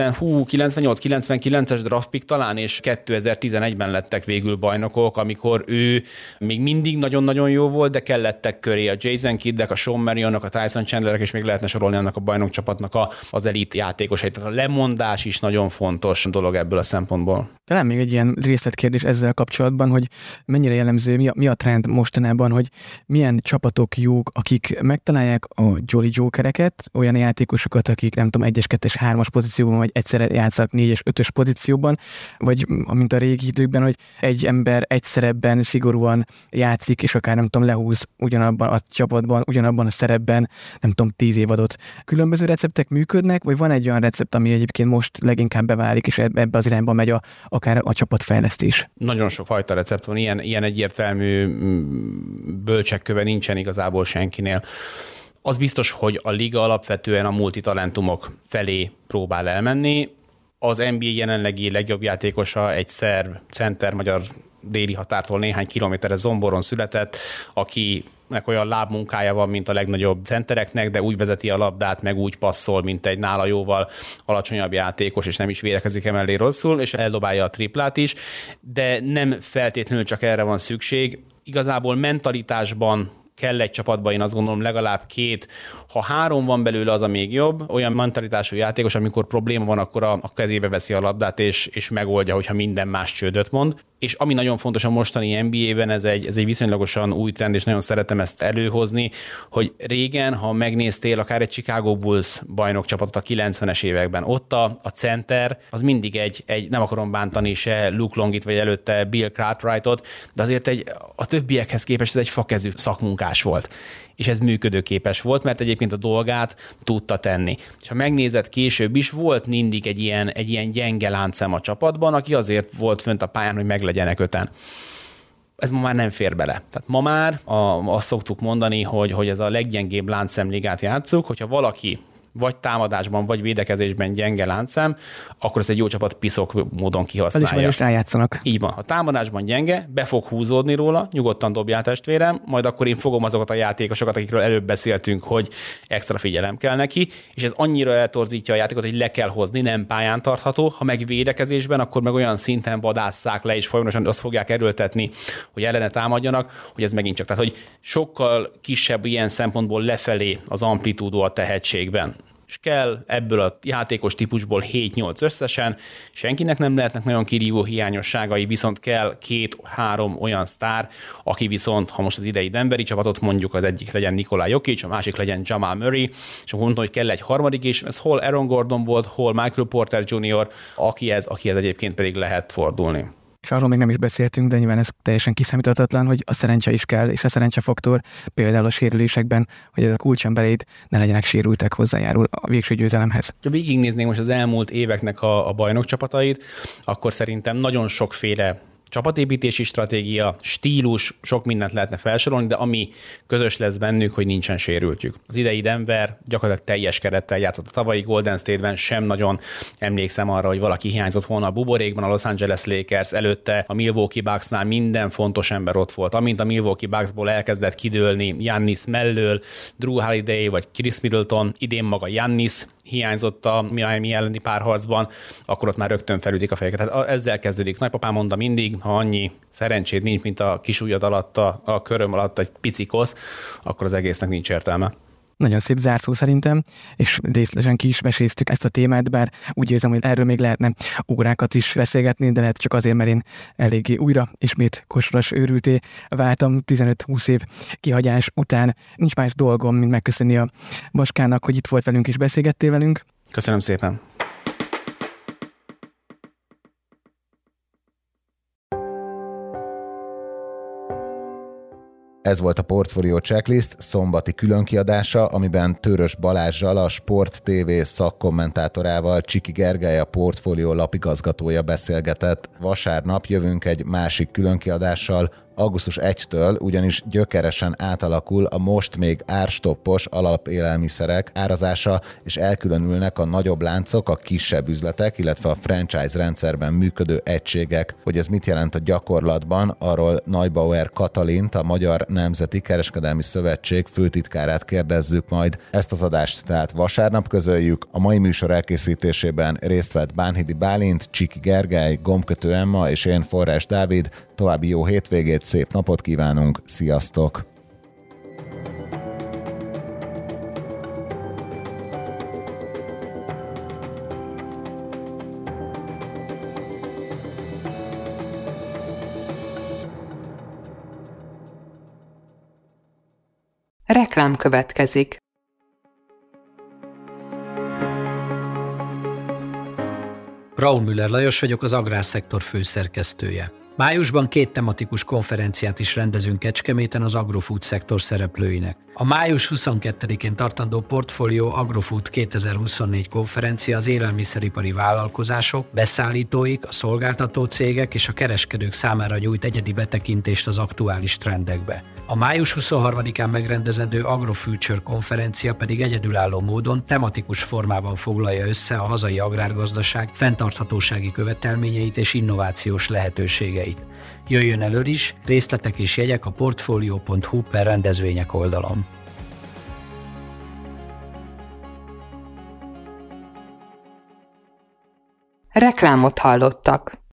98-99-es draft pick talán, és 2011-ben lettek végül bajnokok, amikor ő még mindig nagyon-nagyon jó volt, de kellettek köré a Jason Kiddek, a Sean Marionnak, a Tyson Chandlerek, és még lehetne sorolni annak a bajnokcsapatnak az elit játékosait. Tehát a lemondás is nagyon fontos dolog ebből a szempontból. Talán még egy ilyen részletkérdés ezzel kapcsolatban, hogy mennyire jellemző, mi a trend mostanában, hogy milyen csapatok jók, akik megtalálják a Jolly Jokereket, olyan játékosokat, akik nem tudom, 1-es, 2-es, 3-as pozícióban, vagy egyszerre játszanak 4-es, 5-ös pozícióban, vagy mint a régi időkben, hogy egy ember egy szerepben szigorúan játszik, és akár nem tudom, lehúz ugyanabban a csapatban, ugyanabban a szerepben, nem tudom, 10 évadot. Különböző receptek működnek, vagy van egy olyan recept, ami egyébként most leginkább beválik, és ebbe az irányba megy akár a csapatfejlesztés? Nagyon sok fajta recept van, ilyen egyértelmű bölcsekköve nincsen igazából senkinél. Az biztos, hogy a liga alapvetően a multitalentumok felé próbál elmenni. Az NBA jelenlegi legjobb játékosa egy szerb center, magyar déli határtól néhány kilométerre Zomboron született, akinek olyan lábmunkája van, mint a legnagyobb centereknek, de úgy vezeti a labdát, meg úgy passzol, mint egy nála jóval alacsonyabb játékos, és nem is védekezik emellé rosszul, és eldobálja a triplát is, de nem feltétlenül csak erre van szükség. Igazából mentalitásban kell egy csapatban, én azt gondolom legalább 2, ha 3 van belőle, az a még jobb. Olyan mentalitású játékos, amikor probléma van, akkor a kezébe veszi a labdát, és megoldja, hogyha minden más csődöt mond. És ami nagyon fontos a mostani NBA-ben, ez egy viszonylagosan új trend, és nagyon szeretem ezt előhozni, hogy régen, ha megnéztél akár egy Chicago Bulls bajnokcsapatot a 90-es években, ott a center az mindig egy nem akarom bántani se Luke Longit, vagy előtte Bill Cartwrightot, de azért a többiekhez képest ez egy fakezű szakmunkás volt. És ez működőképes volt, mert egyébként a dolgát tudta tenni. És ha megnézed, később is volt mindig egy ilyen gyenge láncszem a csapatban, aki azért volt fönt a pályán, hogy meglegyenek 5-en. Ez ma már nem fér bele. Tehát ma már azt szoktuk mondani, hogy ez a leggyengébb láncszemligát játsszuk, hogyha valaki vagy támadásban, vagy védekezésben gyenge láncszem, akkor ezt egy jó csapat piszok módon kihasználja. És rájátszanak. Így van. Ha támadásban gyenge, be fog húzódni róla, nyugodtan dobjál testvérem, majd akkor én fogom azokat a játékosokat, akikről előbb beszéltünk, hogy extra figyelem kell neki, és ez annyira eltorzítja a játékot, hogy le kell hozni, nem pályán tartható. Ha meg védekezésben, akkor meg olyan szinten vadásszák le, és folyamatosan azt fogják erőltetni, hogy ellene támadjanak, hogy ez megint csak. Tehát, hogy sokkal kisebb ilyen szempontból lefelé az amplitúdó a tehetségben. és kell ebből a játékos típusból 7-8 összesen, senkinek nem lehetnek nagyon kirívó hiányosságai, viszont kell 2-3 olyan sztár, aki viszont, ha most az idei denveri csapatot mondjuk, az egyik legyen Nikola Jokic, a másik legyen Jamal Murray, és akkor mondtam, hogy kell egy harmadik is, ez hol Aaron Gordon volt, hol Michael Porter Jr., aki ez egyébként pedig lehet fordulni. És arról még nem is beszéltünk, de nyilván ez teljesen kiszámíthatatlan, hogy a szerencse is kell, és a szerencsefaktor például a sérülésekben, hogy ez a kulcsembereid ne legyenek sérültek, hozzájárul a végső győzelemhez. Ha végignéznénk most az elmúlt éveknek a bajnok csapatait, akkor szerintem nagyon sokféle csapatépítési stratégia, stílus, sok mindent lehetne felsorolni, de ami közös lesz bennük, hogy nincsen sérültjük. Az idei Denver gyakorlatilag teljes kerettel játszott. A tavalyi Golden State-ben sem nagyon emlékszem arra, hogy valaki hiányzott volna a buborékban, a Los Angeles Lakers előtte, a Milwaukee Bucksnál minden fontos ember ott volt. Amint a Milwaukee Bucksból elkezdett kidőlni Giannis mellől, Drew Holiday vagy Chris Middleton, idén maga Giannis hiányzott a Miami elleni párharcban, akkor ott már rögtön felütik a fejeket. Tehát ezzel kezdődik. Nagypapám mondta mindig, ha annyi szerencséd nincs, mint a kisujjad alatt, a köröm alatt egy pici kosz, akkor az egésznek nincs értelme. Nagyon szép zárszó szerintem, és részletesen ki is veséztük ezt a témát, bár úgy érzem, hogy erről még lehetne órákat is beszélgetni, de lehet csak azért, mert én eléggé újra ismét kosaras őrülté váltam 15-20 év kihagyás után. Nincs más dolgom, mint megköszönni a Vaskának, hogy itt volt velünk és beszélgettél velünk. Köszönöm szépen. Ez volt a Portfolio Checklist szombati különkiadása, amiben Törös Balázssal, a Sport TV szakkommentátorával, Csiki Gergely, a Portfolio lapigazgatója beszélgetett. Vasárnap jövünk egy másik különkiadással, augusztus 1-től ugyanis gyökeresen átalakul a most még árstoppos alapélelmiszerek árazása, és elkülönülnek a nagyobb láncok, a kisebb üzletek, illetve a franchise rendszerben működő egységek. Hogy ez mit jelent a gyakorlatban, arról Neubauer Katalint, a Magyar Nemzeti Kereskedelmi Szövetség főtitkárát kérdezzük majd. Ezt az adást tehát vasárnap közöljük. A mai műsor elkészítésében részt vett Bánhidi Bálint, Csiki Gergely, Gombkötő Emma és én, Forrás Dávid. További jó hétvégét, szép napot kívánunk, sziasztok! Reklám következik. Raúl Müller Lajos vagyok, az Agrárszektor főszerkesztője. Májusban 2 tematikus konferenciát is rendezünk Kecskeméten az agrofood szektor szereplőinek. A május 22-én tartandó Portfolio Agrofood 2024 konferencia az élelmiszeripari vállalkozások, beszállítóik, a szolgáltató cégek és a kereskedők számára nyújt egyedi betekintést az aktuális trendekbe. A május 23-án megrendezendő Agrofuture konferencia pedig egyedülálló módon tematikus formában foglalja össze a hazai agrárgazdaság fenntarthatósági követelményeit és innovációs lehetőségeit. Jöjjön elő is, részletek és jegyek a portfolio.hu/rendezvények oldalon. Reklámot hallottak.